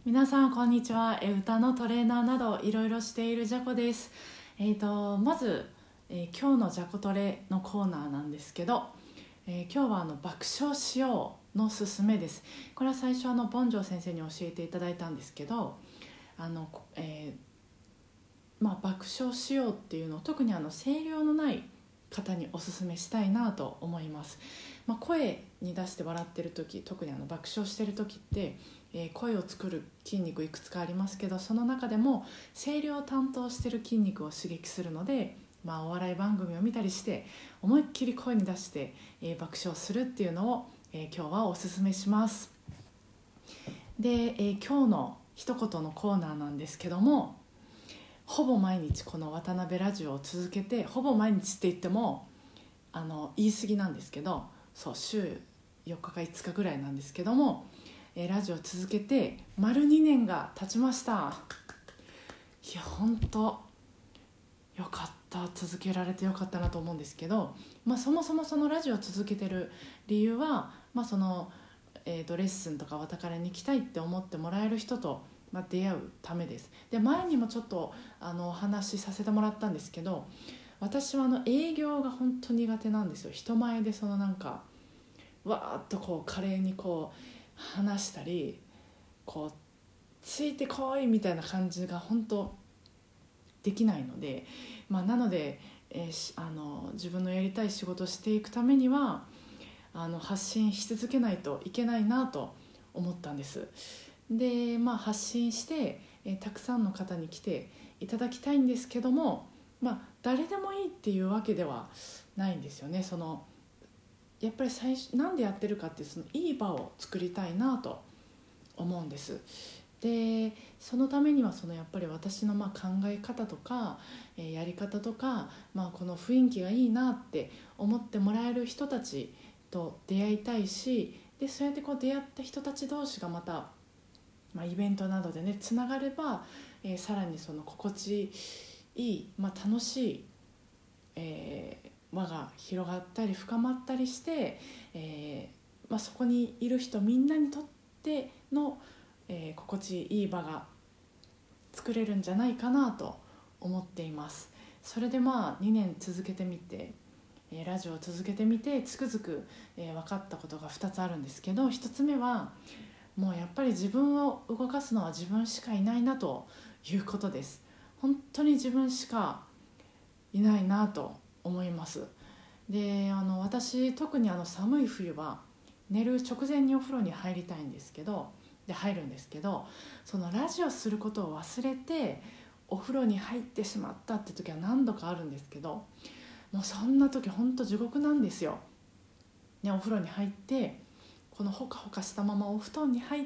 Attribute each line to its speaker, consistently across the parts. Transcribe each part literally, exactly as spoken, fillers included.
Speaker 1: 皆さんこんにちは。え歌のトレーナーなどいろいろしているジャコです。えー、とまず、えー今日のジャコトレのコーナーなんですけど、えー今日はあの爆笑しようのすすめです。これは最初あのボンジョー先生に教えていただいたんですけど、あの、えーまあ、爆笑しようっていうのを特にあの声量のない方におすすめしたいなと思います。まあ、声に出して笑ってる時、特にあの爆笑してる時って、えー声を作る筋肉いくつかありますけど、その中でも声量を担当してる筋肉を刺激するので、まあ、お笑い番組を見たりして思いっきり声に出して、えー爆笑するっていうのを、えー今日はおすすめします。で、えー今日の一言のコーナーなんですけども、ほぼ毎日この渡辺ラジオを続けて、ほぼ毎日って言ってもあの言い過ぎなんですけど、そう週よっかかいつかぐらいなんですけども、えーラジオを続けて丸にねんが経ちました。いや本当よかった、続けられてよかったなと思うんですけど、まあ、そもそもそのラジオを続けてる理由は、まあそのえー、とレッスンとかわたかれに行きたいって思ってもらえる人と、まあ、出会うためです。で、前にもちょっとあのお話しさせてもらったんですけど、私はあの営業が本当苦手なんですよ。人前でそのなんかわーっとこう華麗にこう話したり、こうついてこいみたいな感じが本当できないので、まあ、なので、えーしあの自分のやりたい仕事をしていくためにはあの発信し続けないといけないなと思ったんです。で、まあ、発信して、えーたくさんの方に来ていただきたいんですけども、まあ、誰でもいいっていうわけではないんですよね。そのやっぱり最初なんでやってるかっていう、そのいい場を作りたいなと思うんです。でそのためにはそのやっぱり私のまあ考え方とか、えーやり方とか、まあ、この雰囲気がいいなって思ってもらえる人たちと出会いたいし、でそうやってこう出会った人たち同士がまた、まあ、イベントなどでねつながれば、えーさらにその心地いい、まあ、楽しい、えー輪が広がったり深まったりして、えーまあ、そこにいる人みんなにとっての、えー心地いい場が作れるんじゃないかなと思っています。それでまあにねん続けてみて、えーラジオを続けてみてつくづく、えー分かったことがふたつあるんですけど、ひとつめはもうやっぱり自分を動かすのは自分しかいないなということです。本当に自分しかいないなと思います。で、あの私特にあの寒い冬は寝る直前にお風呂に入りたいんですけど、で入るんですけど、そのラジオすることを忘れてお風呂に入ってしまったって時は何度かあるんですけど、もうそんな時本当地獄なんですよ、ね、お風呂に入ってこのホカホカしたままお布団に入って、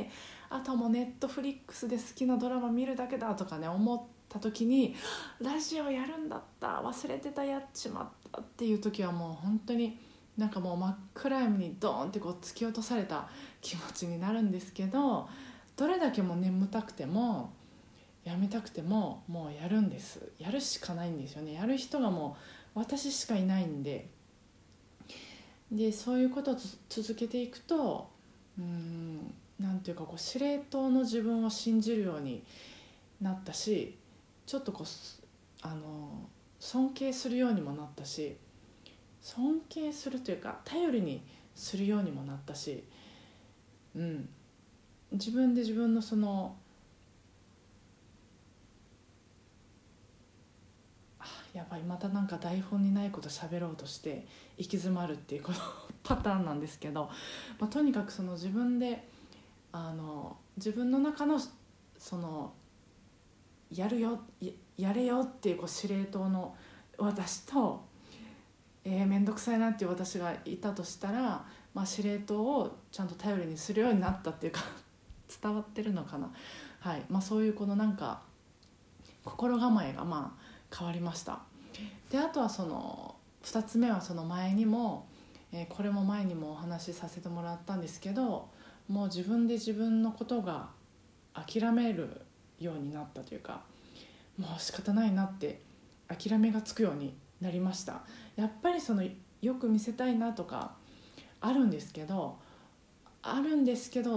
Speaker 1: あともうネットフリックスで好きなドラマ見るだけだとかね思った時に、ラジオやるんだった、忘れてた、やっちまったっていう時はもう本当になんかもう真っ暗闇にドーンってこう突き落とされた気持ちになるんですけど、どれだけも眠たくてもやめたくてももうやるんです。やるしかないんですよね。やる人がもう私しかいないんで。でそういうことを続けていくと、うーんなんていうかこう司令塔の自分を信じるようになったし、ちょっとこうあの尊敬するようにもなったし、尊敬するというか頼りにするようにもなったし、うん、自分で自分のそのやばいまたなんか台本にないこと喋ろうとして行き詰まるっていうこのパターンなんですけど、まあ、とにかくその自分であの自分の中のそのやるよ や, やれよっていうこう司令塔の私と、えー、めんどくさいなっていう私がいたとしたら、まあ、司令塔をちゃんと頼りにするようになったっていうか伝わってるのかな、はい、まあ、そういうこのなんか心構えがまあ変わりました。であとはそのふたつめはその前にも、えーこれも前にもお話しさせてもらったんですけど、もう自分で自分のことが諦めるようになったというか、もう仕方ないなって諦めがつくようになりました。やっぱりそのよく見せたいなとかあるんですけどあるんですけど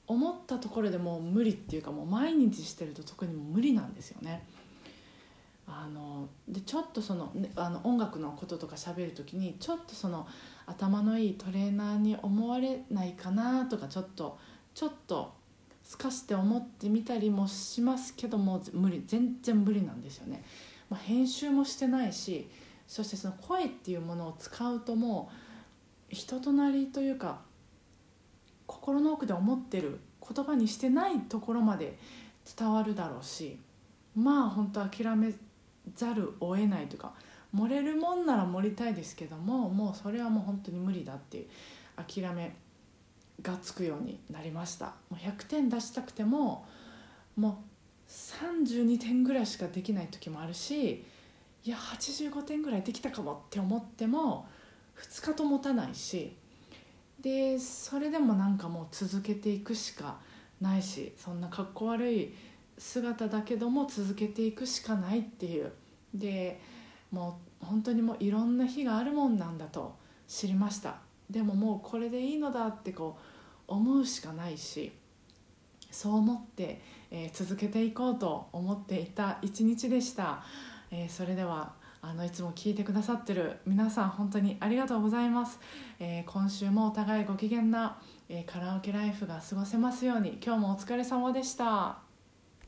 Speaker 1: 思ったところでもう無理っていうか、もう毎日してると特にもう無理なんですよね。あのでちょっとその、ね、あの音楽のこととか喋るときにちょっとその頭のいいトレーナーに思われないかなとかちょっとちょっとすかして思ってみたりもしますけども、無理全然無理なんですよね。まあ、編集もしてないし、そしてその声っていうものを使うともう人となりというか心の奥で思ってる言葉にしてないところまで伝わるだろうし、まあ本当諦めざるを得ないというか、盛れるもんなら盛りたいですけども、もうそれはもう本当に無理だっていう諦めがつくようになりました。もうひゃくてん出したくてももうさんじゅうにてんぐらいしかできない時もあるし、いやはちじゅうごてんぐらいできたかもって思ってもふつかと持たないし、でそれでもなんかもう続けていくしかないし、そんなかっこ悪い姿だけども続けていくしかないっていう、でもう本当にもういろんな日があるもんなんだと知りました。でももうこれでいいのだってこう思うしかないし、そう思って、えー、続けていこうと思っていた一日でした。えー、それではあのいつも聞いてくださってる皆さん本当にありがとうございます。えー、今週もお互いご機嫌な、えー、カラオケライフが過ごせますように。今日もお疲れ様でした。